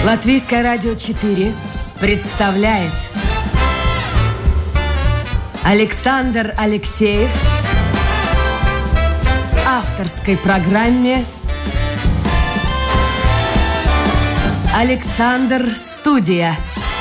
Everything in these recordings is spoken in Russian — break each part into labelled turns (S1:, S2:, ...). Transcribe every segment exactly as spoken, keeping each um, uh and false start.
S1: Латвийское радио четыре представляет Александр Алексеев в авторской программе «Александр Студия».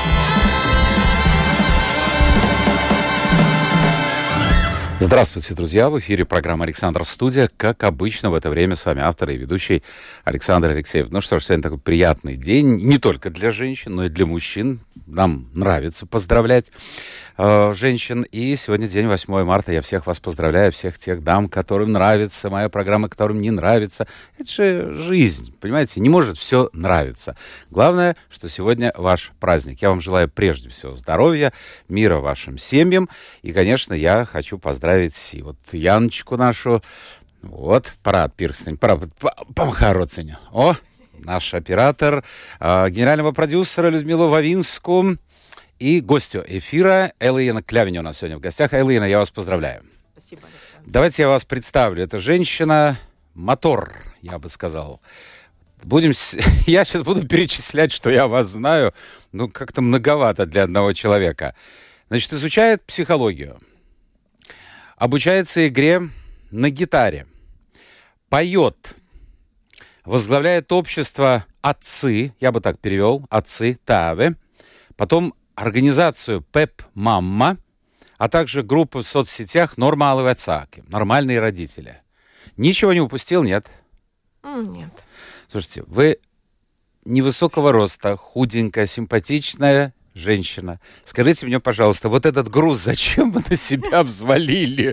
S2: Здравствуйте, друзья! В эфире программа «Александр Студия». Как обычно, в это время с вами автор и ведущий Александр Алексеев. Ну что ж, сегодня такой приятный день. Не только для женщин, но и для мужчин. Нам нравится поздравлять э, женщин. И сегодня день восьмое марта. Я всех вас поздравляю, всех тех дам, которым нравится моя программа, которым не нравится. Это же жизнь, понимаете? Не может все нравиться. Главное, что сегодня ваш праздник. Я вам желаю прежде всего здоровья, мира вашим семьям. И, конечно, я хочу поздравить и вот Яночку нашу. Вот, парад пирстень, парад, помахай родственню. О, наш оператор, э, генерального продюсера Людмилу Вавинску и гостю эфира Эллина Клявиня у нас сегодня в гостях. Эллина, я вас поздравляю.
S3: Спасибо, Александр.
S2: Давайте я вас представлю. Это женщина-мотор, я бы сказал. Будем, я сейчас буду перечислять, что я вас знаю. Ну, как-то многовато для одного человека. Значит, изучает психологию. Обучается игре на гитаре. Поет. Возглавляет общество «Отцы», я бы так перевел, «Отцы Таве». Потом организацию «Пеп Мамма», а также группу в соцсетях «Нормалы Вецаки», «Нормальные родители». Ничего не упустил, нет?
S3: Нет.
S2: Слушайте, вы невысокого роста, худенькая, симпатичная женщина. Скажите мне, пожалуйста, вот этот груз зачем вы на себя взвалили?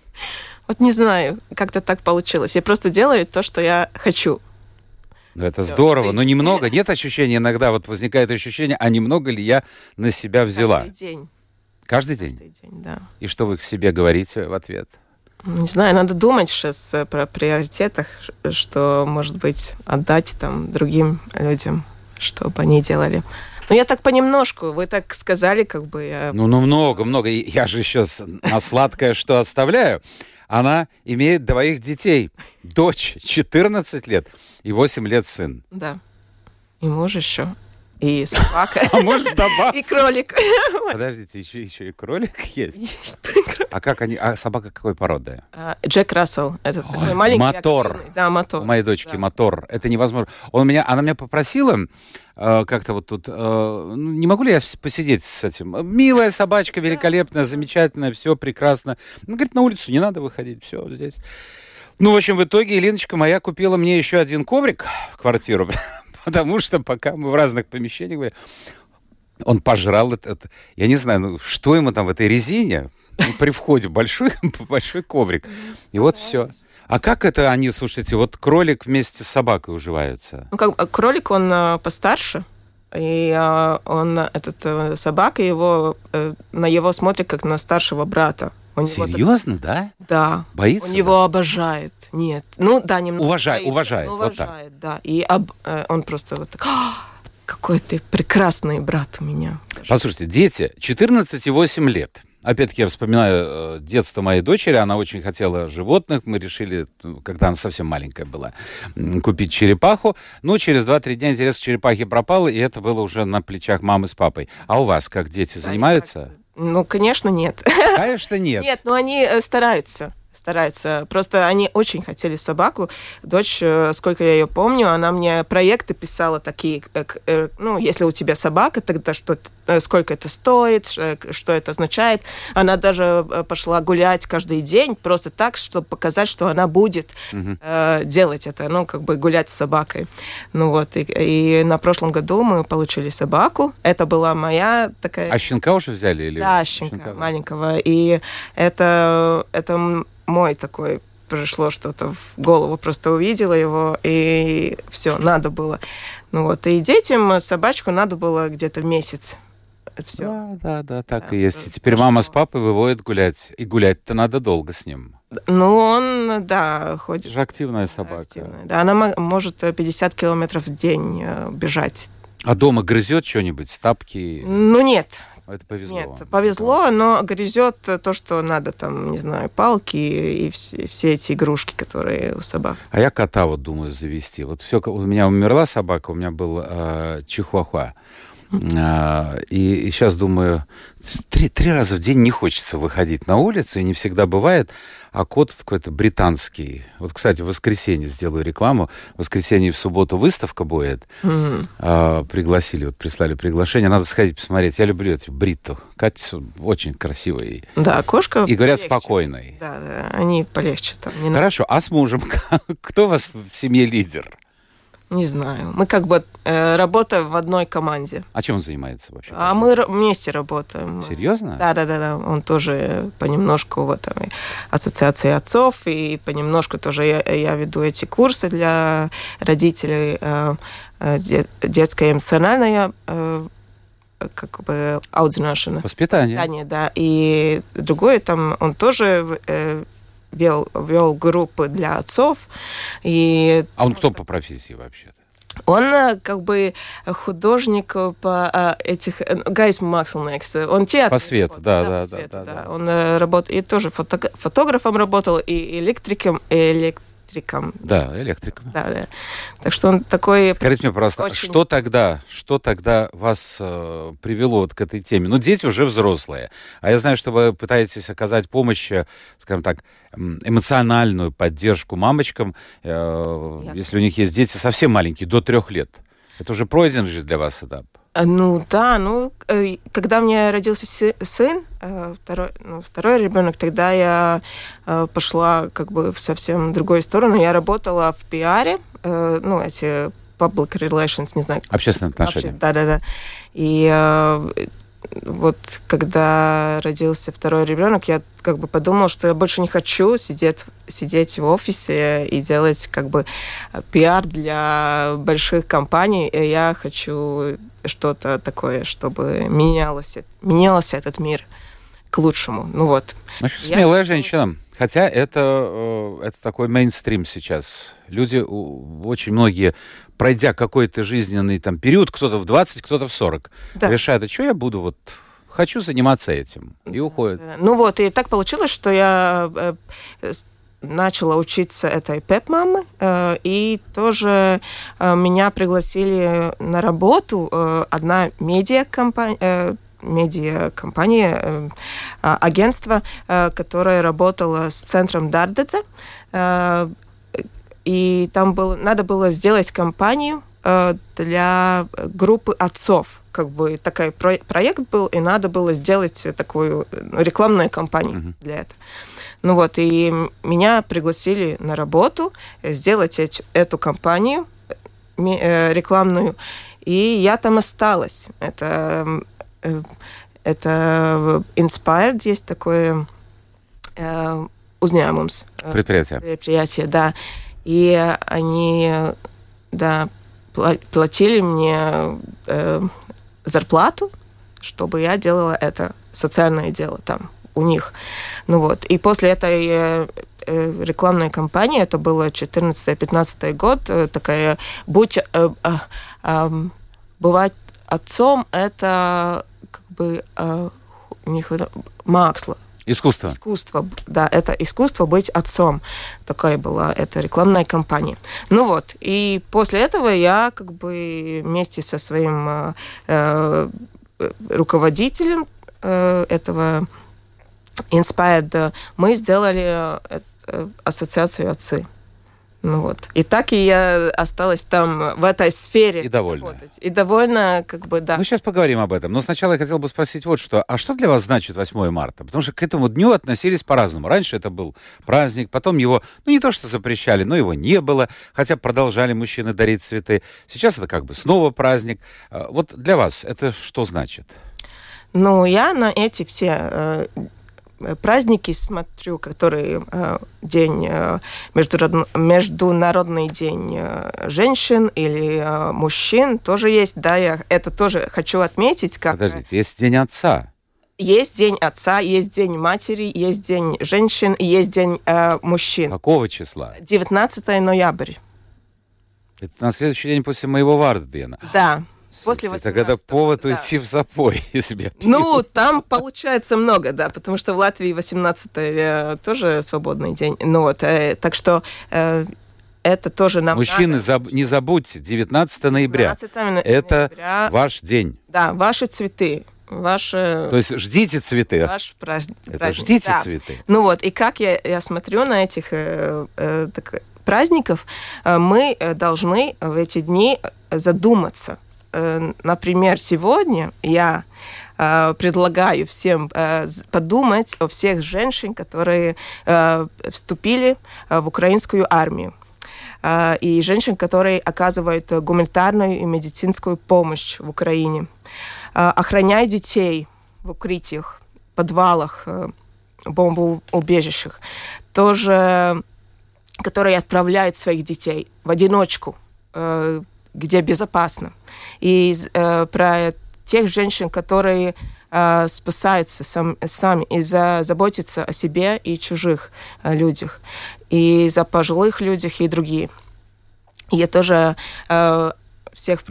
S3: Вот не знаю, как-то так получилось. Я просто делаю то, что я хочу.
S2: Ну, это
S3: Все,
S2: здорово, но немного. Нет ощущения, иногда вот возникает ощущение, а немного ли я на себя взяла?
S3: Каждый день.
S2: Каждый день?
S3: Каждый день, да.
S2: И что вы к себе говорите в ответ?
S3: Не знаю, надо думать сейчас про приоритетах, что, может быть, отдать там другим людям, чтобы они делали. Ну, я так понемножку, вы так сказали, как бы я...
S2: Ну, ну, много, много. Я же еще на сладкое что оставляю. Она имеет двоих детей. Дочь четырнадцать лет и восемь лет сын.
S3: Да. И муж еще. И собака.
S2: А может, добавь?
S3: И кролик.
S2: Подождите, еще, еще и кролик есть?
S3: Есть.
S2: А как они? А собака какой породы?
S3: Джек Рассел. Это
S2: Ой,
S3: такой маленький,
S2: мотор.
S3: активный. Да, мотор.
S2: У моей дочки
S3: да.
S2: мотор. Это невозможно. Он меня, она меня попросила э, как-то вот тут... Э, не могу ли я посидеть с этим? Милая собачка, великолепная, замечательная, все прекрасно. Ну, говорит, на улицу не надо выходить, все здесь. Ну, в общем, в итоге Еленочка моя купила мне еще один коврик в квартиру, потому что пока мы в разных помещениях были, он пожрал это, это. Я не знаю, ну, что ему там в этой резине. Ну, при входе большой, большой коврик. И вот все. А как это они, слушайте, вот кролик вместе с собакой уживаются?
S3: Ну, как кролик, он э, постарше. И э, он, этот э, собака, его, э, на его смотрит как на старшего брата. Он
S2: Серьезно,
S3: так...
S2: да?
S3: Да.
S2: Боится?
S3: Он его обожает. Нет. Ну, да, немного.
S2: Уважай,
S3: боится.
S2: уважает.
S3: Ну,
S2: Вот
S3: уважает,
S2: так.
S3: да. И об, э, он просто вот так... Какой ты прекрасный брат у меня.
S2: Послушайте, дети четырнадцать и восемь лет. Опять-таки, я вспоминаю э, детство моей дочери. Она очень хотела животных. Мы решили, когда она совсем маленькая была, купить черепаху. Но через два-три дня интерес к черепахе пропал, и это было уже на плечах мамы с папой. А у вас как, дети занимаются?
S3: Ну, конечно, нет.
S2: Конечно, нет.
S3: Нет, но они стараются. Стараются. Просто они очень хотели собаку. Дочь, сколько я ее помню, она мне проекты писала такие, ну, если у тебя собака, тогда что, сколько это стоит, что это означает. Она даже пошла гулять каждый день, просто так, чтобы показать, что она будет угу. э, делать это, ну, как бы гулять с собакой. Ну вот, и, и на прошлом году мы получили собаку. Это была моя такая...
S2: А щенка уже взяли? Или...
S3: Да, щенка, щенка маленького. И это... это мой такой пришло что-то в голову, просто увидела его, и все, надо было. Ну вот, и детям собачку надо было где-то месяц. Все.
S2: Да, да, да, так да, и есть. И теперь мама с папой выводят гулять. И гулять-то надо долго с ним.
S3: Ну, он, да, ходит.
S2: Это же активная собака.
S3: Активная, да, она может пятьдесят километров в день бежать.
S2: А дома грызет что-нибудь? Тапки?
S3: Ну, нет.
S2: Это повезло.
S3: Нет, повезло, но грызет то, что надо, там, не знаю, палки и все, все эти игрушки, которые у собак.
S2: А я кота вот думаю завести. Вот все, у меня умерла собака, у меня был э, чихуахуа. Uh, и, и сейчас думаю, три, три раза в день не хочется выходить на улицу, и не всегда бывает, а кот какой-то британский. Вот, кстати, в воскресенье сделаю рекламу. В воскресенье и в субботу выставка будет. Mm-hmm. Uh, пригласили, вот прислали приглашение. Надо сходить посмотреть. Я люблю эту бритту. Катя очень красивая.
S3: Да, кошка
S2: и говорят,
S3: полегче.
S2: Спокойной.
S3: Да, да, они полегче там.
S2: Не Хорошо, надо. А с мужем? Кто у вас в семье лидер?
S3: Не знаю. Мы как бы э, работаем в одной команде.
S2: А чем он занимается вообще?
S3: А мы р- вместе работаем.
S2: Серьезно?
S3: Да, да, да, да. Он тоже понемножку в этом ассоциации отцов, и понемножку тоже я, я веду эти курсы для родителей, э, э, детское эмоциональное э, как бы audzināšana.
S2: Воспитание.
S3: Воспитание, да. И другое там, он тоже э, Вел, вел группы для отцов. И...
S2: А он кто по профессии вообще-то?
S3: Он как бы художник по этих... Гайс Макселнекс. Он театр.
S2: По свету, да, да,
S3: да,
S2: да,
S3: по свету,
S2: да,
S3: да,
S2: да.
S3: да. Он работал и тоже фото, фотографом работал, и электриком, и электриком.
S2: Да, электриком.
S3: Да, да. Так что он такой...
S2: Скажите мне, пожалуйста, очень... что тогда, что тогда вас э, привело вот к этой теме? Ну, дети уже взрослые, а я знаю, что вы пытаетесь оказать помощь, скажем так, эмоциональную поддержку мамочкам, э, если у них есть дети совсем маленькие, до трех лет. Это уже пройден же для вас этап?
S3: Ну да, ну когда у меня родился сын, второй, ну, второй ребенок, тогда я пошла как бы в совсем другую сторону. Я работала в пиаре, ну эти public relations, не знаю.
S2: Общественные отношения.
S3: Да, да, да. И вот когда родился второй ребенок, я как бы подумала, что я больше не хочу сидеть, сидеть в офисе и делать как бы пиар для больших компаний. И я хочу что-то такое, чтобы менялось, менялся этот мир к лучшему. Ну вот.
S2: Очень смелая я... женщина. Хотя это, это такой мейнстрим сейчас. Люди, очень многие, пройдя какой-то жизненный там период, кто-то в двадцать, кто-то в сорок, да. решают, а что я буду вот... Хочу заниматься этим. И уходит.
S3: Ну вот, и так получилось, что я э, начала учиться этой пеп-мамы, э, и тоже э, меня пригласили на работу э, одна медиакомпания, э, медиакомпания, э, агентство, э, которое работало с центром Дардедзе, э, и там было, надо было сделать кампанию для группы отцов. Как бы такой про- проект был, и надо было сделать такую рекламную кампанию uh-huh. для этого. Ну вот, и меня пригласили на работу сделать эч- эту кампанию э, рекламную, и я там осталась. Это, э, это Inspired, есть такое э, uzņēmums.
S2: Предприятие.
S3: Предприятие, да. И они, да, платили мне э, зарплату, чтобы я делала это социальное дело там у них. Ну вот. И после этой э, э, рекламной кампании, это было четырнадцатый-пятнадцатый год, э, такая будь э, э, э, бывать отцом, это как бы э, не māksla.
S2: Искусство.
S3: Искусство, да, это искусство быть отцом. Такая была эта рекламная кампания. Ну вот, и после этого я как бы вместе со своим э, руководителем э, этого Inspired мы сделали э, ассоциацию отцы. Ну вот. И так и я осталась там, в этой сфере.
S2: И довольна.
S3: Работать. И довольна, как бы, да.
S2: Ну, сейчас поговорим об этом. Но сначала я хотел бы спросить вот что. А что для вас значит восьмое марта? Потому что к этому дню относились по-разному. Раньше это был праздник, потом его, ну, не то что запрещали, но его не было, хотя продолжали мужчины дарить цветы. Сейчас это как бы снова праздник. Вот для вас это что значит?
S3: Ну, я на эти все... праздники смотрю, которые э, день, э, международный день э, женщин или э, мужчин тоже есть, да, я это тоже хочу отметить. Как...
S2: Подождите, есть день отца.
S3: Есть день отца, есть день матери, есть день женщин, и есть день э, мужчин.
S2: Какого числа?
S3: девятнадцатого ноября.
S2: Это на следующий день после моего Вардена.
S3: Да. После
S2: восемнадцатого. Так это повод да. уйти в запой, если
S3: Ну, там получается много, да, потому что в Латвии восемнадцатое тоже свободный день. Ну, вот, э, так что э, это тоже нам
S2: Мужчины,
S3: надо.
S2: Заб... не забудьте, девятнадцатого ноября. девятнадцатого это ноября. Ваш день.
S3: Да, ваши цветы. Ваши...
S2: То есть ждите цветы.
S3: Ваш праздник.
S2: Это ждите да. цветы.
S3: Ну вот, и как я, я смотрю на этих э, э, так, праздников, э, мы должны в эти дни задуматься. Э, например, сегодня я э, предлагаю всем э, подумать о всех женщинах, которые э, вступили в украинскую армию. Э, и женщин, которые оказывают гуманитарную и медицинскую помощь в Украине. Охраняй детей в укрытиях, подвалах, бомбоубежищах, тоже, которые отправляют своих детей в одиночку, где безопасно. И про тех женщин, которые спасаются сам, сами и за, заботятся о себе и чужих людях, и за пожилых людях и другие. Я тоже всех...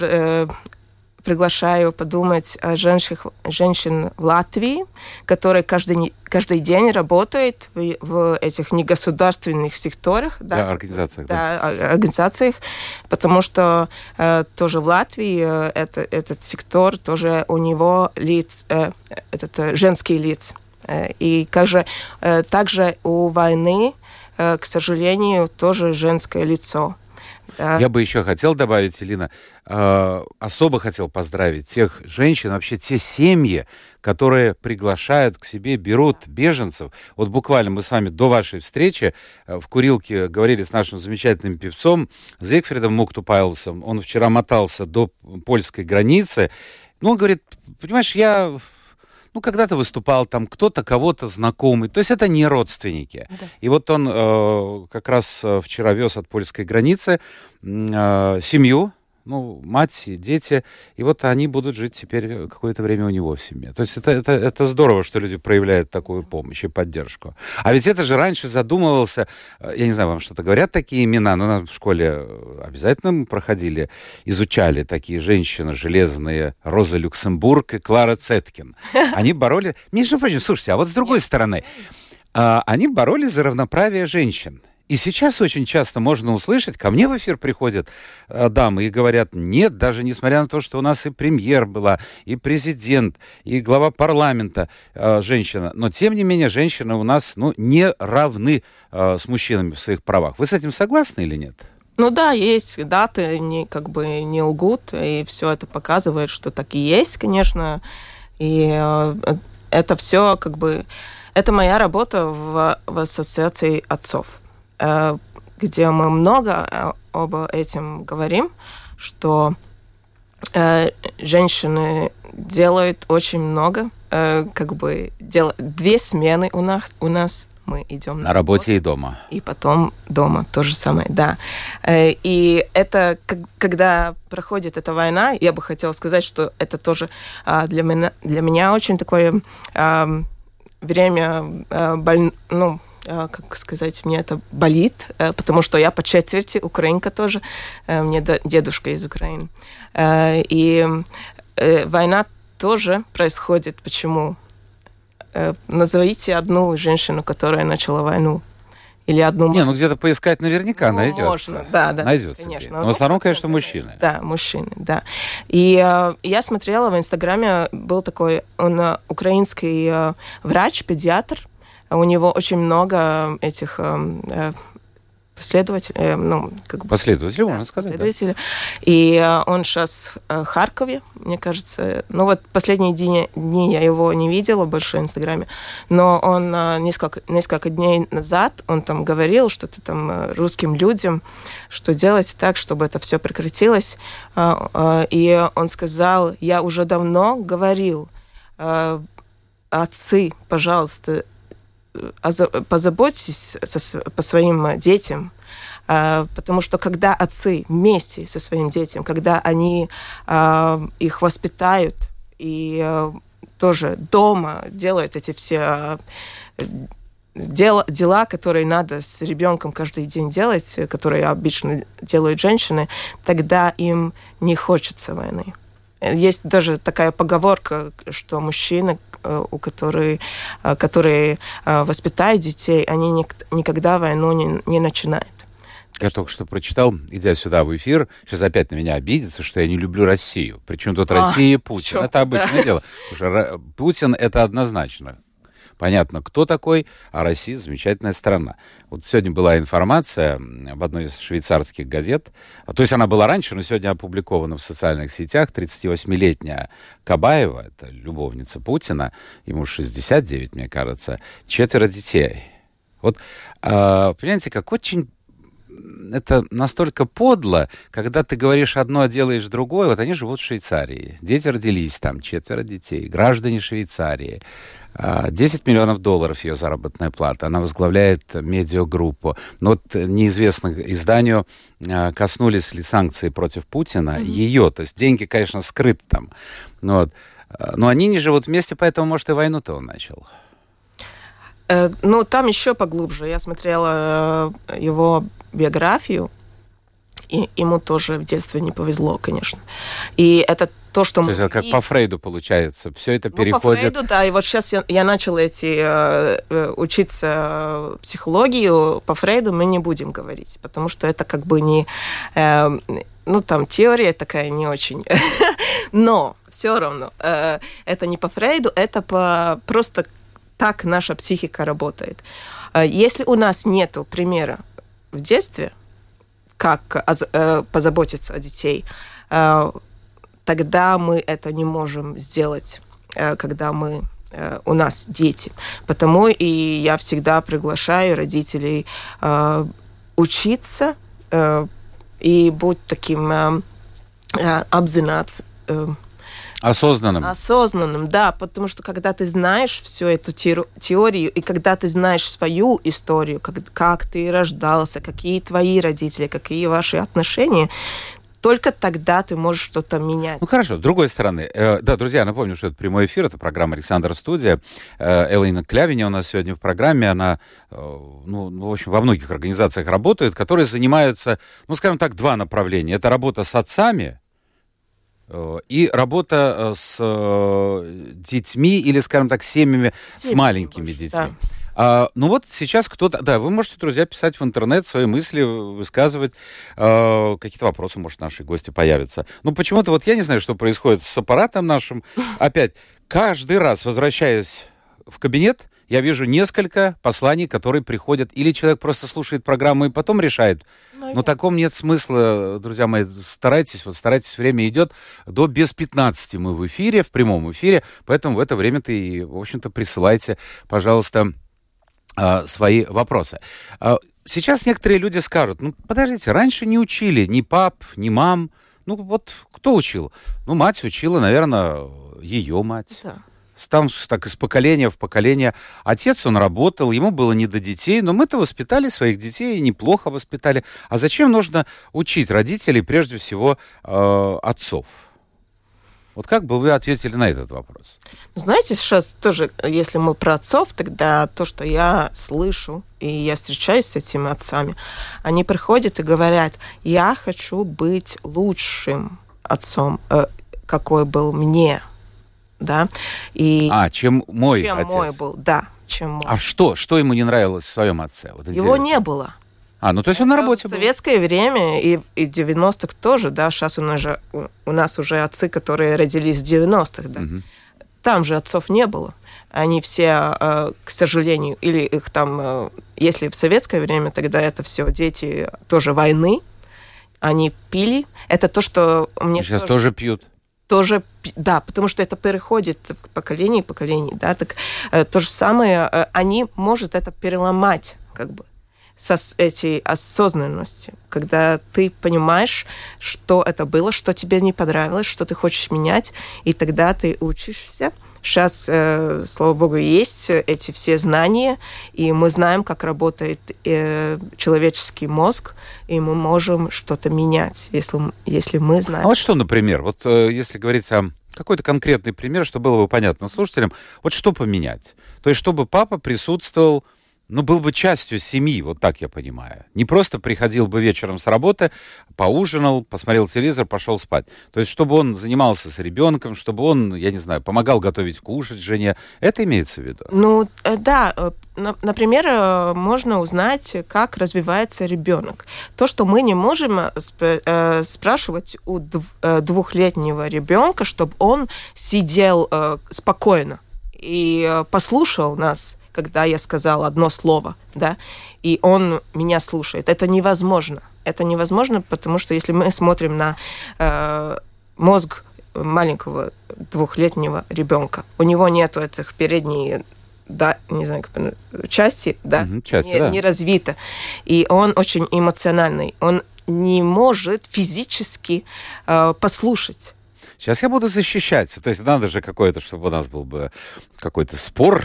S3: приглашаю подумать о женщинах, женщин в Латвии, которые каждый, каждый день работают в, в этих негосударственных секторах.
S2: Да, да, организациях.
S3: Да, да. организациях, потому что э, тоже в Латвии э, это, этот сектор, тоже у него лиц, э, этот, э, женский лиц. Э, и также, э, также у войны, э, к сожалению, тоже женское лицо. Да.
S2: Я бы еще хотел добавить, Элина, э, особо хотел поздравить тех женщин, вообще те семьи, которые приглашают к себе, берут беженцев. Вот буквально мы с вами до вашей встречи в курилке говорили с нашим замечательным певцом Зигфридом Муктупайлсом. Он вчера мотался до польской границы. Ну, он говорит, понимаешь, я... Ну, когда-то выступал там кто-то, кого-то знакомый. То есть это не родственники. Да. И вот он э, как раз вчера вез от польской границы э, семью, ну, мать и дети. И вот они будут жить теперь какое-то время у него в семье. То есть это, это, это здорово, что люди проявляют такую помощь и поддержку. А ведь это же раньше задумывался... Я не знаю, вам что-то говорят такие имена, но нас в школе обязательно мы проходили, изучали такие женщины железные. Роза Люксембург и Клара Цеткин. Они боролись... Между прочим, слушайте, а вот с другой стороны, они боролись за равноправие женщин. И сейчас очень часто можно услышать, ко мне в эфир приходят э, дамы и говорят, нет, даже несмотря на то, что у нас и премьер была, и президент, и глава парламента э, женщина, но тем не менее женщины у нас ну, не равны э, с мужчинами в своих правах. Вы с этим согласны или нет?
S3: Ну да, есть даты, не, как бы не лгут, и все это показывает, что так и есть, конечно. И э, это все как бы... Это моя работа в, в ассоциации отцов, где мы много об этом говорим, что э, женщины делают очень много, э, как бы дел... две смены у нас, у нас мы идем
S2: на,
S3: на
S2: работе и дома.
S3: И потом дома то же самое, да. Э, и это, как, когда проходит эта война, я бы хотела сказать, что это тоже э, для меня, для меня очень такое э, время э, боль... ну, как сказать, мне это болит, потому что я по четверти украинка тоже, мне дедушка из Украины. И война тоже происходит. Почему? Назовите одну женщину, которая начала войну. Или одну...
S2: Не, ну где-то поискать наверняка
S3: ну,
S2: найдется.
S3: Можно, да, да.
S2: Найдется.
S3: Конечно.
S2: Но в основном, конечно, мужчины.
S3: Да, мужчины, да. И э, я смотрела в Инстаграме, был такой, он украинский э, врач, педиатр. У него очень много этих э, последователей, э, ну, как бы...
S2: Последователей,
S3: да,
S2: можно сказать,
S3: последователей. Да. И э, он сейчас в Харькове, мне кажется. Ну, вот последние дни, дни я его не видела больше в Инстаграме, но он э, несколько, несколько дней назад, он там говорил что-то там э, русским людям, что делать так, чтобы это все прекратилось. Э, э, и он сказал, я уже давно говорил, э, отцы, пожалуйста, позаботьтесь со, по своим детям, потому что когда отцы вместе со своим детям, когда они их воспитают и тоже дома делают эти все дела, дела, которые надо с ребенком каждый день делать, которые обычно делают женщины, тогда им не хочется войны. Есть даже такая поговорка, что мужчины, у которых, которые воспитают детей, они никогда войну не, не начинают.
S2: Я только что прочитал, идя сюда в эфир, сейчас опять на меня обидится, что я не люблю Россию. Причем тут а, Россия и Путин. Черт, это обычное да. дело. Потому что Путин — это однозначно. Понятно, кто такой, а Россия — замечательная страна. Вот сегодня была информация в одной из швейцарских газет, то есть она была раньше, но сегодня опубликована в социальных сетях. тридцативосьмилетняя Кабаева, это любовница Путина, ему шестьдесят девять, мне кажется, четверо детей. Вот, понимаете, как очень... Это настолько подло, когда ты говоришь одно, а делаешь другое. Вот они живут в Швейцарии. Дети родились там, четверо детей, граждане Швейцарии. десять миллионов долларов ее заработная плата. Она возглавляет медиагруппу. Но вот неизвестно изданию, коснулись ли санкции против Путина, mm-hmm. ее. То есть деньги, конечно, скрыты там. Но, вот. Но они не живут вместе, поэтому, может, и войну-то он начал.
S3: Ну, там еще поглубже. Я смотрела его биографию, и ему тоже в детстве не повезло, конечно. И это то, что...
S2: То есть это как и... по Фрейду получается. Все это
S3: ну,
S2: переходит...
S3: по Фрейду, да. И вот сейчас я, я начала эти, э, учиться психологию. По Фрейду мы не будем говорить, потому что это как бы не... Э, ну, там теория такая не очень. Но все равно э, это не по Фрейду, это по просто... Так наша психика работает. Если у нас нет примера в детстве, как позаботиться о детей, тогда мы это не можем сделать, когда мы, у нас дети. Потому и я всегда приглашаю родителей учиться и быть таким обзинаться.
S2: Осознанным.
S3: Осознанным, да, потому что когда ты знаешь всю эту теорию, и когда ты знаешь свою историю, как, как ты рождался, какие твои родители, какие ваши отношения, только тогда ты можешь что-то менять.
S2: Ну хорошо, с другой стороны, э, да, друзья, напомню, что это прямой эфир, это программа «Александр Студия». Э, Элина Клявиня у нас сегодня в программе, она, э, ну, в общем, во многих организациях работает, которые занимаются, ну, скажем так, два направления. Это работа с отцами, и работа с детьми или, скажем так, семьями, Семьи с маленькими больше, детьми. Да. А, ну вот сейчас кто-то... Да, вы можете, друзья, писать в интернет свои мысли, высказывать. А, какие-то вопросы, может, наши гости появятся. Ну почему-то вот я не знаю, что происходит с аппаратом нашим. Опять, каждый раз, возвращаясь в кабинет, я вижу несколько посланий, которые приходят. Или человек просто слушает программу и потом решает. Но таком нет смысла, друзья мои. Старайтесь, вот старайтесь, время идет до без пятнадцати мы в эфире, в прямом эфире. Поэтому в это время-то и, в общем-то, присылайте, пожалуйста, свои вопросы. Сейчас некоторые люди скажут, ну, подождите, раньше не учили ни пап, ни мам. Ну, вот кто учил? Ну, мать учила, наверное, ее мать. Да. Там так из поколения в поколение. Отец, он работал, ему было не до детей, но мы-то воспитали своих детей, неплохо воспитали. А зачем нужно учить родителей, прежде всего, э, отцов? Вот как бы вы ответили на этот вопрос?
S3: Знаете, сейчас тоже, если мы про отцов, тогда то, что я слышу, и я встречаюсь с этими отцами, они приходят и говорят, я хочу быть лучшим отцом, э, какой был мне. Да? И
S2: а, чем мой
S3: чем
S2: отец.
S3: Мой был, да, чем мой.
S2: А что? Что ему не нравилось в своем отце? Вот
S3: его не было.
S2: А, ну то есть он на работе
S3: был. В советское время и, и в девяностых тоже, да, сейчас у нас, же, у нас уже отцы, которые родились в девяностых, да. Угу. Там же отцов не было. Они все, к сожалению, или их там, если в советское время, тогда это все дети тоже войны, они пили. Это то, что мне...
S2: Сейчас тоже, тоже пьют.
S3: Тоже, да, потому что это переходит в поколение и поколение, да, так э, то же самое, э, они может это переломать, как бы, со этой осознанностью, когда ты понимаешь, что это было, что тебе не понравилось, что ты хочешь менять, и тогда ты учишься. Сейчас, э, слава богу, есть эти все знания, и мы знаем, как работает э, человеческий мозг, и мы можем что-то менять, если, если мы знаем.
S2: А вот что, например, вот э, если говорить о какой-то конкретный пример, чтобы было бы понятно слушателям, вот что поменять? То есть, чтобы папа присутствовал ну, был бы частью семьи, вот так я понимаю. Не просто приходил бы вечером с работы, поужинал, посмотрел телевизор, пошел спать. То есть, чтобы он занимался с ребенком, чтобы он, я не знаю, помогал готовить кушать жене. Это имеется в виду?
S3: Ну, да. Например, можно узнать, как развивается ребенок. То, что мы не можем сп- спрашивать у двухлетнего ребенка, чтобы он сидел спокойно и послушал нас, когда я сказала одно слово, да, и он меня слушает. Это невозможно. Это невозможно, потому что если мы смотрим на э, мозг маленького двухлетнего ребенка, у него нет этих передних, да, не знаю, как части, да,
S2: угу, части,
S3: не,
S2: да,
S3: не развита. И он очень эмоциональный. Он не может физически э, послушать.
S2: Сейчас я буду защищать. То есть надо же какое-то, чтобы у нас был бы какой-то спор.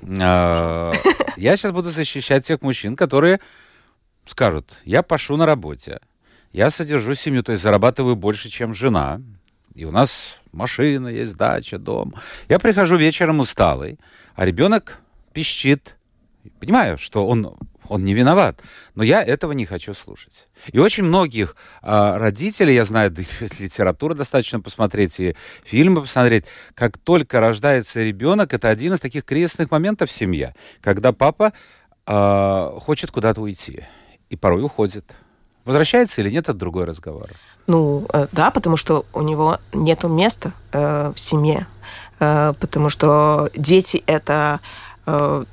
S2: Я сейчас буду защищать тех мужчин, которые скажут, я пашу на работе, я содержу семью, то есть зарабатываю больше, чем жена, и у нас машина есть, дача, дом. Я прихожу вечером усталый, а ребенок пищит. Понимаю, что он, он не виноват, но я этого не хочу слушать. И очень многих а, родителей, я знаю, литературу достаточно посмотреть и фильмы посмотреть, как только рождается ребенок, это один из таких кризисных моментов в семье, когда папа а, хочет куда-то уйти и порой уходит. Возвращается или нет, это другой разговор.
S3: Ну, да, потому что у него нет места э, в семье, э, потому что дети это... Э,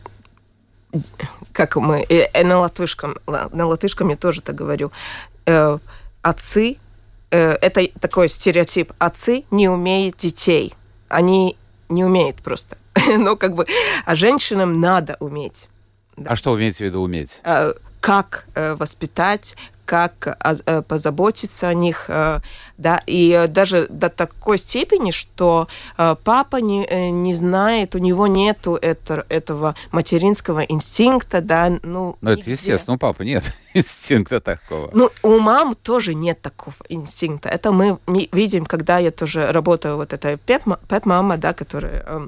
S3: как мы, э, на латышском, на латышском я тоже так говорю, э, отцы, э, это такой стереотип, отцы не умеют детей, они не умеют просто, но как бы, а женщинам надо уметь.
S2: Да. А что имеете в виду уметь?
S3: Э, как э, воспитать, как э, позаботиться о них, э, да, и даже до такой степени, что э, папа не, э, не знает, у него нету это, этого материнского инстинкта, да, ну...
S2: Ну, это естественно, у папы нет инстинкта такого.
S3: Ну, у мам тоже нет такого инстинкта. Это мы видим, когда я тоже работаю, вот эта пеп-мама, да, которая... Э,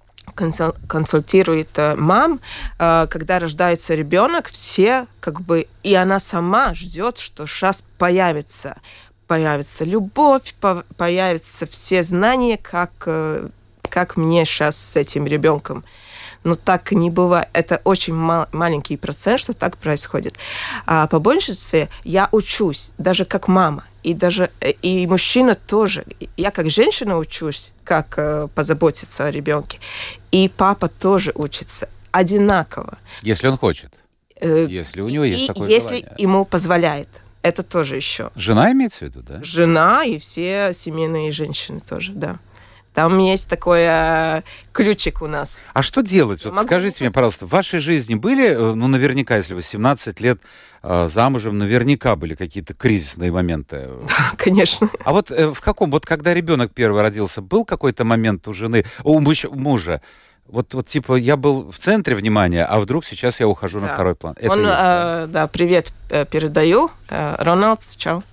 S3: консультирует мам, когда рождается ребенок, все как бы, и она сама ждет, что сейчас появится, появится любовь, появятся все знания, как, как мне сейчас с этим ребенком. Но так не бывает. Это очень мал- маленький процент, что так происходит. А по большинству я учусь, даже как мама. И даже и мужчина тоже. Я как женщина учусь, как э, позаботиться о ребенке. И папа тоже учится одинаково.
S2: Если он хочет.
S3: Э,
S2: если у него есть
S3: и
S2: такое
S3: если
S2: желание.
S3: Ему позволяет. Это тоже еще.
S2: Жена имеется в виду, да?
S3: Жена и все семейные женщины тоже, да. Там есть такой э, ключик у нас.
S2: А что делать? Вот скажите мне, пожалуйста, в вашей жизни были, ну, наверняка, если вы семнадцать лет э, замужем, наверняка были какие-то кризисные моменты?
S3: Да, конечно.
S2: А вот э, в каком, вот когда ребенок первый родился, был какой-то момент у жены, у мужа, вот, вот типа я был в центре внимания, а вдруг сейчас я ухожу да. на второй план? Это
S3: Он,
S2: есть, да?
S3: Э, да, привет э, передаю. Э, Рональд, чао.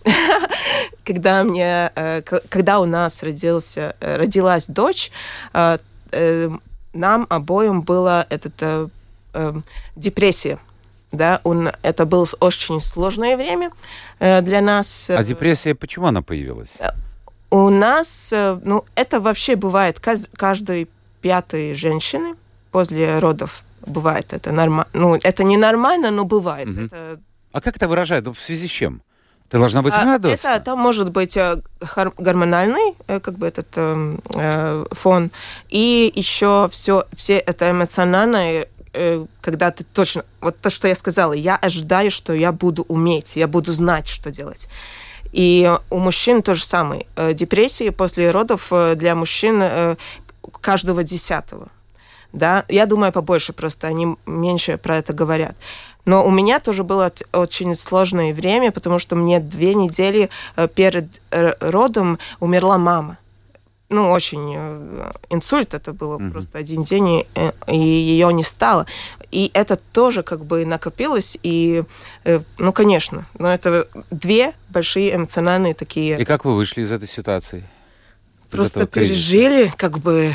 S3: Когда мне, э, когда у нас родился, э, родилась дочь, э, э, нам обоим была эта э, э, депрессия. Да, он, это было очень сложное время э, для нас.
S2: А депрессия, почему она появилась?
S3: У нас, э, ну, это вообще бывает каждый пятой женщины после родов бывает это нормально. Ну, это не нормально, но бывает.
S2: Угу.
S3: Это...
S2: А как это выражает? Ну, в связи с чем? Ты должна быть радостна.
S3: А, это, это может быть гормональный, как бы этот э, фон, и еще все, все это эмоциональное, э, когда ты точно, вот то, что я сказала, я ожидаю, что я буду уметь, я буду знать, что делать. И у мужчин то же самое. Депрессия после родов для мужчин каждого десятого. Да? Я думаю, побольше просто, они меньше про это говорят. Но у меня тоже было очень сложное время, потому что мне две недели перед родом умерла мама. Ну, очень инсульт, это было mm-hmm. просто один день, и, и ее не стало. И это тоже как бы накопилось, и, ну, конечно, но это две большие эмоциональные такие...
S2: И как вы вышли из этой ситуации?
S3: Просто пережили, как бы...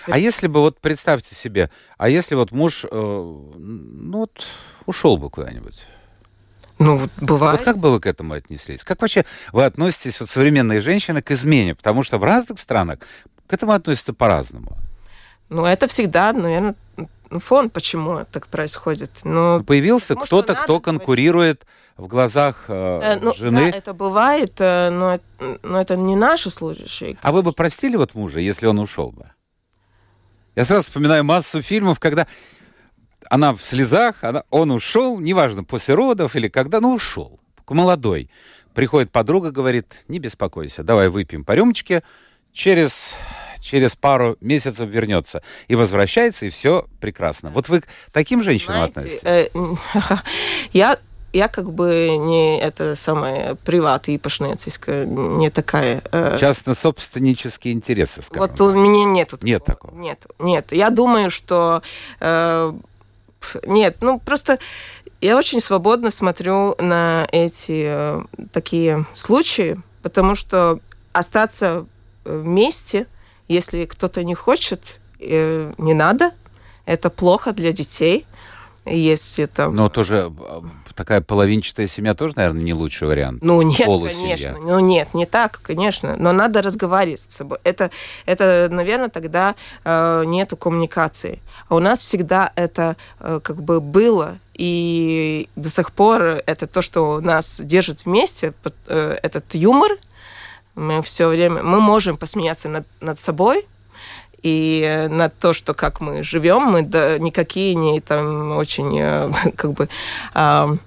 S2: А если бы, вот представьте себе, а если вот муж, э, ну вот, ушел бы куда-нибудь?
S3: Ну, вот бывает.
S2: Вот как бы вы к этому отнеслись? Как вообще вы относитесь, вот современные женщины, к измене? Потому что в разных странах к этому относятся по-разному.
S3: Ну, это всегда, наверное, фон, почему так происходит. Но
S2: появился кто-то, кто конкурирует в глазах э,
S3: э, ну,
S2: жены.
S3: Да, это бывает, э, но, но это не наши случаи.
S2: А вы бы простили вот мужа, если он ушел бы? Я сразу вспоминаю массу фильмов, когда она в слезах, она, он ушел, неважно, после родов или когда, ну, ушел, молодой. Приходит подруга, говорит, не беспокойся, давай выпьем по рюмочке, через... через пару месяцев вернется. И возвращается, и все прекрасно. Вот вы к таким женщинам
S3: Знаете,
S2: относитесь?
S3: Э, я, я как бы не это самое приват и пашнецийская, не такая. Э,
S2: Частно-собственнические интересы, скажем.
S3: Вот у меня нет.
S2: Нет такого?
S3: Нет, нет. Я думаю, что... Э, нет, ну просто... Я очень свободно смотрю на эти э, такие случаи, потому что остаться вместе... Если кто-то не хочет, э, не надо. Это плохо для детей. Если там...
S2: Но тоже такая половинчатая семья тоже, наверное, не лучший вариант.
S3: Ну нет,
S2: Полусемья.
S3: конечно. Ну нет, не так, конечно. Но надо разговаривать с собой. Это, это наверное, тогда э, нету коммуникации. А у нас всегда это э, как бы было. И до сих пор это то, что нас держит вместе, э, этот юмор. Мы все время, мы можем посмеяться над, над собой и над то, что как мы живем, мы да, никакие не там очень как бы а,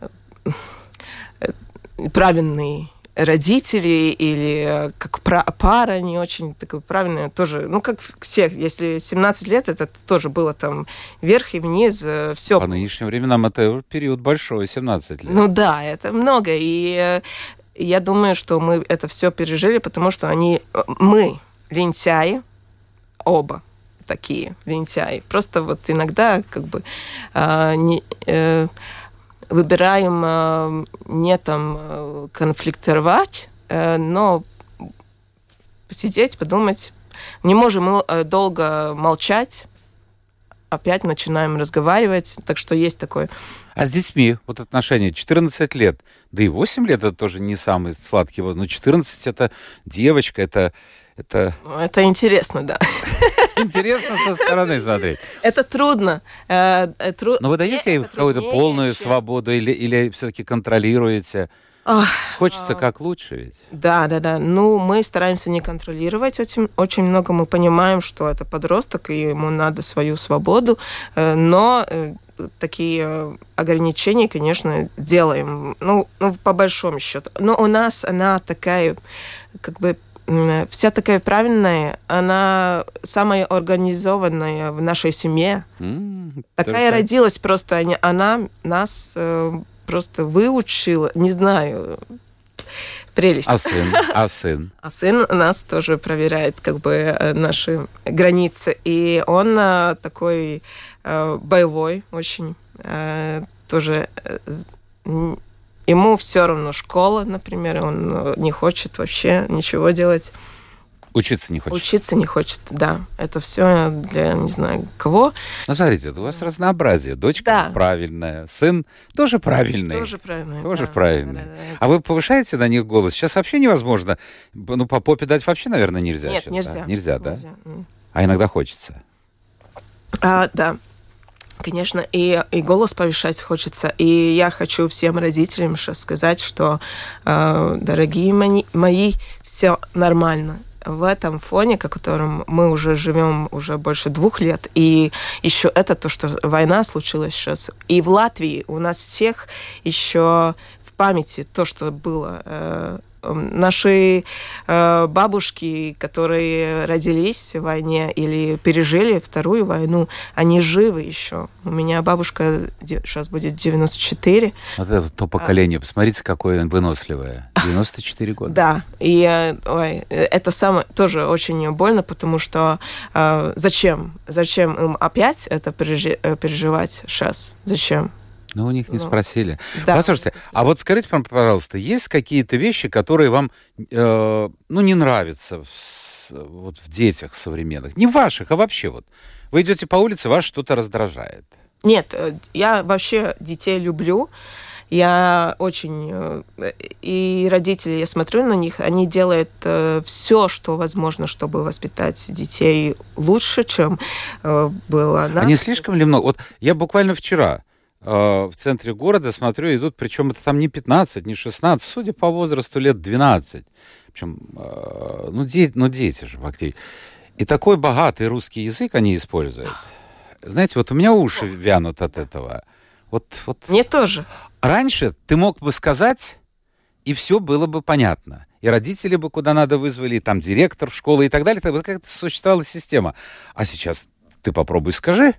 S3: правильные родители или как пара не очень такая правильная тоже, ну как всех, если семнадцать лет, это тоже было там вверх и вниз, все.
S2: По нынешним временам это период большой, семнадцать лет.
S3: Ну да, это много, и я думаю, что мы это все пережили, потому что они, мы лентяи, оба такие лентяи. Просто вот иногда как бы э, не, э, выбираем э, не там э, конфликтовать, э, но посидеть, подумать. Не можем э, долго молчать, опять начинаем разговаривать, так что есть такое.
S2: А с детьми вот отношения четырнадцать лет, да и восемь лет это тоже не самый сладкий возраст, но четырнадцать это девочка, это... Это,
S3: это интересно, да.
S2: Интересно со стороны смотреть.
S3: Это трудно. Но
S2: вы даете ей какую-то полную свободу или, или все-таки контролируете? Ах, Хочется а... как лучше ведь.
S3: Да, да, да. Ну, мы стараемся не контролировать очень, очень много. Мы понимаем, что это подросток, и ему надо свою свободу. Но такие ограничения, конечно, делаем. Ну, ну по большому счету. Но у нас она такая, как бы, вся такая правильная, она самая организованная в нашей семье. Mm, такая так. Родилась просто, она нас э, просто выучила, не знаю, прелесть.
S2: А сын? А сын?
S3: А сын нас тоже проверяет как бы наши границы. И он э, такой э, боевой очень, э, тоже... Э, Ему все равно школа, например, он не хочет вообще ничего делать.
S2: Учиться не хочет?
S3: Учиться не хочет, да. Это все для не знаю кого.
S2: Ну, смотрите, у вас разнообразие. Дочка да. правильная, сын тоже правильный.
S3: Тоже правильный.
S2: Тоже
S3: да,
S2: правильный. Да, да, да. А вы повышаете на них голос? Сейчас вообще невозможно. Ну, по попе дать вообще, наверное, нельзя.
S3: Нет,
S2: сейчас,
S3: нельзя.
S2: Да? Нельзя, да?
S3: Нельзя.
S2: А иногда хочется?
S3: А, да. Конечно, и, и голос повышать хочется. И я хочу всем родителям сейчас сказать, что, э, дорогие мои, мои, все нормально. В этом фоне, о котором мы уже живем уже больше двух лет, и еще это то, что война случилась сейчас. И в Латвии у нас всех еще в памяти то, что было. Э, Наши э, бабушки, которые родились в войне или пережили Вторую войну, они живы еще. У меня бабушка сейчас будет девяносто четыре.
S2: Вот это то поколение. Посмотрите, какое выносливое. девяносто четыре года.
S3: Да. И ой, это самое тоже очень больно, потому что э, зачем? Зачем им опять это пережи- переживать сейчас? Зачем?
S2: Ну, у них не
S3: ну,
S2: спросили.
S3: Да,
S2: Послушайте, а вот скажите, пожалуйста, есть какие-то вещи, которые вам, э, ну, не нравятся в, вот в детях современных? Не ваших, а вообще вот. Вы идете по улице, вас что-то раздражает.
S3: Нет, я вообще детей люблю. Я очень... И родители, я смотрю на них, они делают все, что возможно, чтобы воспитать детей лучше, чем было.
S2: А не слишком ли много? Вот я буквально вчера в центре города смотрю, идут, причем это там не пятнадцать, не шестнадцать, судя по возрасту, лет двенадцать. Причем, ну, дети, ну, дети же фактически. И такой богатый русский язык они используют. Знаете, вот у меня уши вянут от этого. Вот, вот.
S3: Мне тоже.
S2: Раньше ты мог бы сказать, и все было бы понятно. И родители бы куда надо вызвали, и там директор в школу и так далее. Так вот как-то существовала система. А сейчас ты попробуй скажи.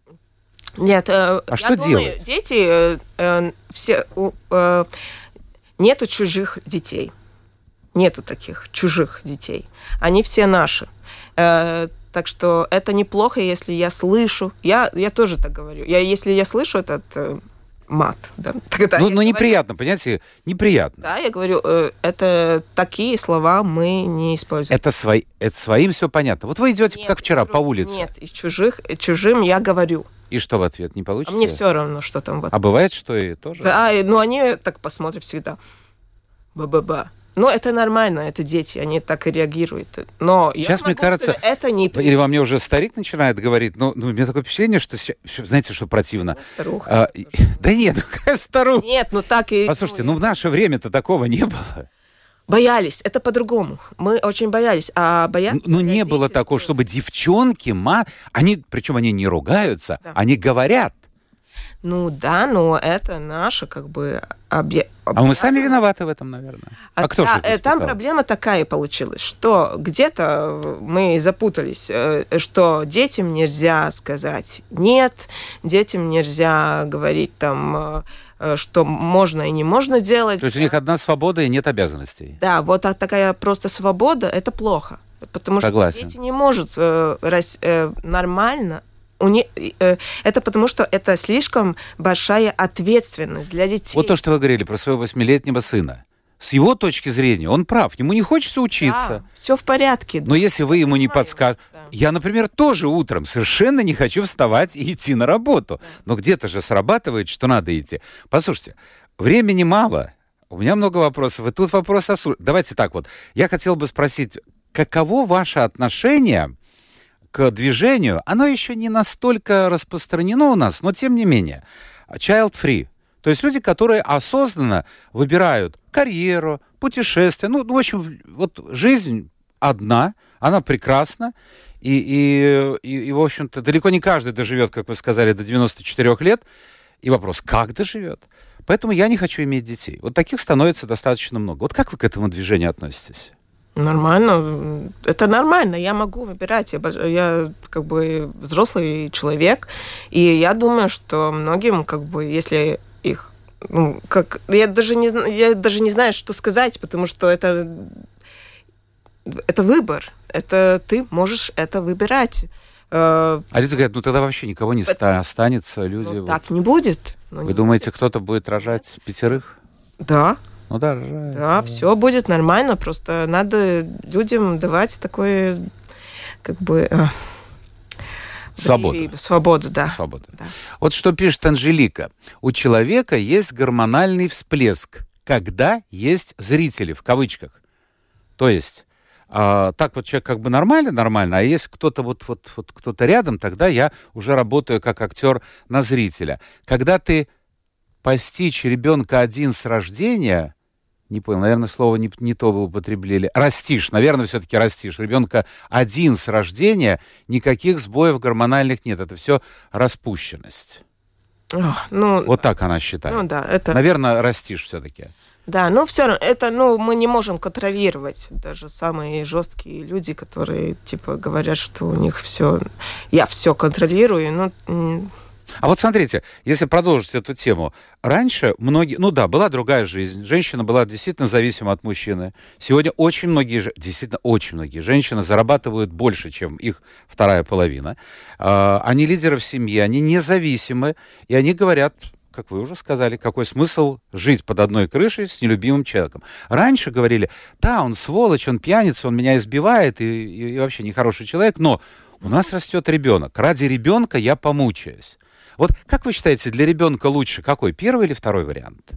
S3: Нет, э,
S2: а
S3: я
S2: что
S3: думаю,
S2: делать?
S3: Дети, э, э, все, э, нету чужих детей. Нету таких чужих детей. Они все наши. Э, так что это неплохо, если я слышу. Я, я тоже так говорю. Я, если я слышу этот э, мат, да, тогда
S2: ну,
S3: я
S2: ну
S3: говорю,
S2: неприятно, понимаете? Неприятно.
S3: Да, я говорю, э, это такие слова мы не используем.
S2: Это, свой, это своим все понятно. Вот вы идете,
S3: Нет,
S2: как вчера,
S3: говорю,
S2: по улице.
S3: Нет, и чужих, и чужим я говорю.
S2: И что в ответ? Не получится?
S3: А мне все равно, что там. Вот.
S2: А бывает, что и тоже?
S3: Да, и, ну они так посмотрят всегда. Ба-ба-ба. Ну, это нормально, это дети, они так и реагируют. Но
S2: сейчас,
S3: я
S2: мне кажется,
S3: сказать, это не...
S2: Или во мне уже старик начинает говорить, ну, ну у меня такое впечатление, что, знаете, что противно?
S3: Старуха.
S2: А, да нет, ну какая старуха?
S3: Нет, ну так и...
S2: Послушайте, ну в наше время-то такого не было.
S3: Боялись, это по-другому. Мы очень боялись, а бояться...
S2: Ну, не было такого, чтобы девчонки, ма... они, причем они не ругаются, да. Они говорят.
S3: Ну да, но это наше как бы... Объ...
S2: А мы сами виноваты в этом, наверное. А, а кто
S3: да,
S2: же это
S3: там проблема такая получилась, что где-то мы запутались, что детям нельзя сказать «нет», детям нельзя говорить там... что можно и не можно делать.
S2: То есть у них одна свобода и нет обязанностей.
S3: Да, вот такая просто свобода, это плохо. Потому
S2: Согласен.
S3: что дети не могут э, рас, э, нормально. У не, э, это потому, что это слишком большая ответственность для детей.
S2: Вот то, что вы говорили про своего восьмилетнего сына. С его точки зрения, он прав. Ему не хочется учиться.
S3: Да, все в порядке.
S2: Но если вы ему не подскажете... Да. Я, например, тоже утром совершенно не хочу вставать и идти на работу. Да. Но где-то же срабатывает, что надо идти. Послушайте, времени мало. У меня много вопросов. И тут вопрос о... Давайте так вот. Я хотел бы спросить, каково ваше отношение к движению? Оно еще не настолько распространено у нас, но тем не менее. Child-free. То есть люди, которые осознанно выбирают карьеру, путешествия. Ну, в общем, вот жизнь одна, она прекрасна. И, и, и, и, в общем-то, далеко не каждый доживет, как вы сказали, до девяноста четырёх лет. И вопрос, как доживет? Поэтому я не хочу иметь детей. Вот таких становится достаточно много. Вот как вы к этому движению относитесь?
S3: Нормально. Это нормально. Я могу выбирать. Я, я как бы взрослый человек. И я думаю, что многим, как бы, если их... Ну, как, я, даже не, я даже не знаю, что сказать, потому что это, это выбор. Это ты можешь это выбирать.
S2: А люди говорят, ну тогда вообще никого не это... останется. Люди,
S3: ну,
S2: вот...
S3: Так не будет. Ну,
S2: Вы
S3: не
S2: думаете,
S3: будет.
S2: кто-то будет рожать пятерых?
S3: Да.
S2: Ну да, рожает.
S3: Да,
S2: да,
S3: все будет нормально. Просто надо людям давать такое, как бы...
S2: Свобода.
S3: Свобода, да.
S2: Свобода.
S3: Да.
S2: Вот что пишет Анжелика. У человека есть гормональный всплеск, когда есть зрители, в кавычках. То есть, э, так вот человек как бы нормально, нормально, а если кто-то вот, вот, вот кто-то рядом, тогда я уже работаю как актер на зрителя. Когда ты постичь ребенка один с рождения... Не понял, наверное, слово не, не то вы употребили. Растишь, наверное, все-таки растишь. Ребенка один с рождения, никаких сбоев гормональных нет. Это все распущенность.
S3: О, ну,
S2: вот так она считает.
S3: Ну да, это...
S2: Наверное, растишь все-таки.
S3: Да, но все равно, это, ну, мы не можем контролировать. Даже самые жесткие люди, которые, типа, говорят, что у них все... Я все контролирую, ну...
S2: А вот смотрите, если продолжить эту тему, раньше многие, ну да, была другая жизнь, женщина была действительно зависима от мужчины. Сегодня очень многие, действительно очень многие женщины зарабатывают больше, чем их вторая половина. Они лидеры в семье, они независимы, и они говорят, как вы уже сказали, какой смысл жить под одной крышей с нелюбимым человеком. Раньше говорили, да, он сволочь, он пьяница, он меня избивает и, и, и вообще нехороший человек, но у нас растет ребенок. Ради ребенка я помучаюсь. Вот как вы считаете, для ребенка лучше какой, первый или второй вариант?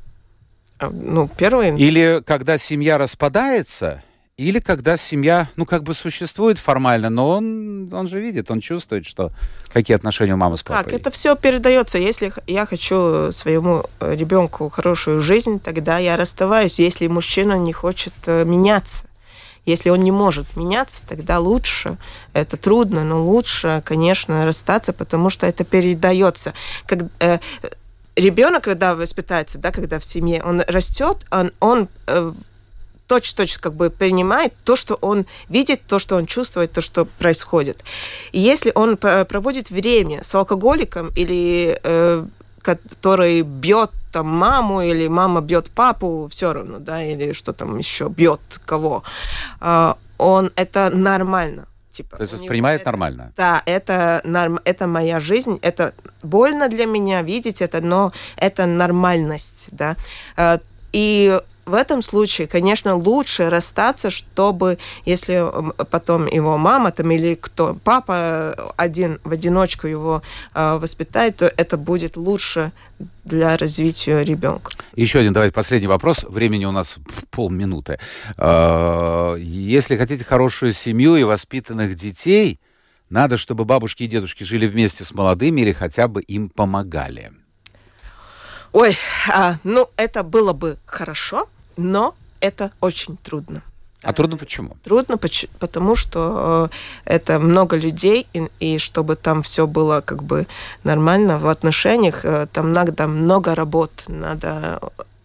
S3: Ну, первый.
S2: Или когда семья распадается, или когда семья, ну, как бы существует формально, но он, он же видит, он чувствует, что какие отношения у мамы с папой.
S3: Так, это все передается. Если я хочу своему ребенку хорошую жизнь, тогда я расставаюсь, если мужчина не хочет меняться. Если он не может меняться, тогда лучше. Это трудно, но лучше, конечно, расстаться, потому что это передается. Как, э, ребенок, когда воспитается, да, когда в семье, он растет, он, он э, точно-точно как бы принимает то, что он видит, то, что он чувствует, то, что происходит. И если он проводит время с алкоголиком или э, который бьет там маму, или мама бьет папу, все равно, да, или что там еще, бьет кого, э, он, это нормально. Типа,
S2: то есть воспринимает
S3: это,
S2: нормально?
S3: Да, это, норм, это моя жизнь, это больно для меня видеть это, но это нормальность, да. Э, и в этом случае, конечно, лучше расстаться, чтобы, если потом его мама там, или кто, папа один в одиночку его э, воспитает, то это будет лучше для развития ребенка.
S2: Еще один, давайте последний вопрос. Времени у нас полминуты. Если хотите хорошую семью и воспитанных детей, надо, чтобы бабушки и дедушки жили вместе с молодыми или хотя бы им помогали.
S3: Ой, а, ну, это было бы хорошо, но это очень трудно.
S2: А трудно почему?
S3: Трудно, потому что э, это много людей, и, и чтобы там все было как бы нормально в отношениях, э, там надо много работ, надо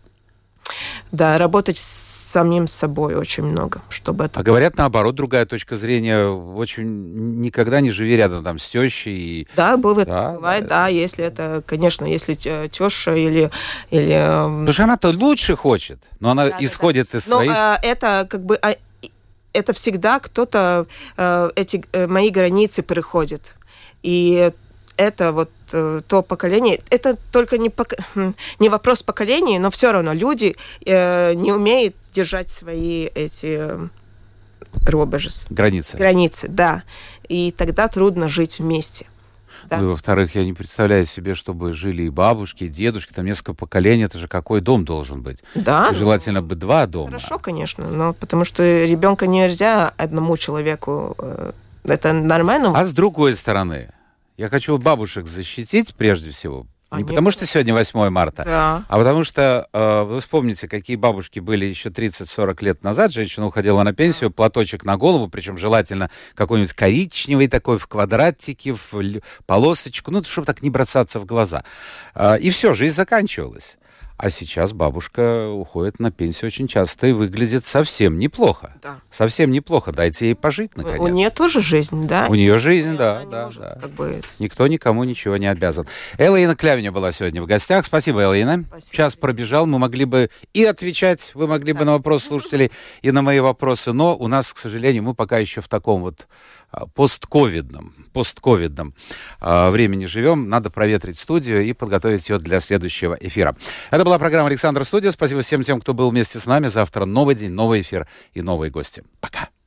S3: да, работать с самим собой очень много, чтобы это...
S2: А говорят, наоборот, другая точка зрения, очень никогда не живи рядом там с тещей. И...
S3: Да, бывает,
S2: да,
S3: бывает,
S2: да,
S3: да, если это, конечно, если теща или... или...
S2: Потому что она-то лучше хочет, но она да, исходит да, да. из
S3: но,
S2: своих...
S3: Но это как бы... Это всегда кто-то эти мои границы переходит. И это вот то поколение, это только не, пок... не вопрос поколения, но все равно люди э, не умеют держать свои эти рубежи.
S2: Границы.
S3: Границы, да. И тогда трудно жить вместе. Да.
S2: Ну и во-вторых, я не представляю себе, чтобы жили и бабушки, и дедушки, там несколько поколений, это же какой дом должен быть?
S3: Да.
S2: И желательно бы два дома.
S3: Хорошо, конечно, но потому что ребенка нельзя одному человеку, это нормально.
S2: А с другой стороны, я хочу бабушек защитить прежде всего.
S3: А
S2: не
S3: нет,
S2: потому, что сегодня восьмое марта,
S3: да.
S2: а потому что э, вы вспомните, какие бабушки были еще тридцать-сорок лет назад. Женщина уходила на пенсию, платочек на голову, причем желательно какой-нибудь коричневый такой, в квадратике, в полосочку, ну, чтобы так не бросаться в глаза. Э, и все, жизнь заканчивалась. А сейчас бабушка уходит на пенсию очень часто и выглядит совсем неплохо.
S3: Да.
S2: Совсем неплохо. Дайте ей пожить, наконец.
S3: У нее тоже жизнь, да?
S2: У нее жизнь, да,
S3: да,
S2: да,
S3: может,
S2: да.
S3: Как бы...
S2: Никто никому ничего не обязан. Эллаина Клявиня была сегодня в гостях. Спасибо, Эллаина.
S3: Спасибо.
S2: Час пробежал. Мы могли бы и отвечать, вы могли бы да. на вопросы слушателей и на мои вопросы, но у нас, к сожалению, мы пока еще в таком вот постковидном, постковидном э, времени живем. Надо проветрить студию и подготовить ее для следующего эфира. Это была программа «Александр Студия». Спасибо всем тем, кто был вместе с нами. Завтра новый день, новый эфир и новые гости. Пока.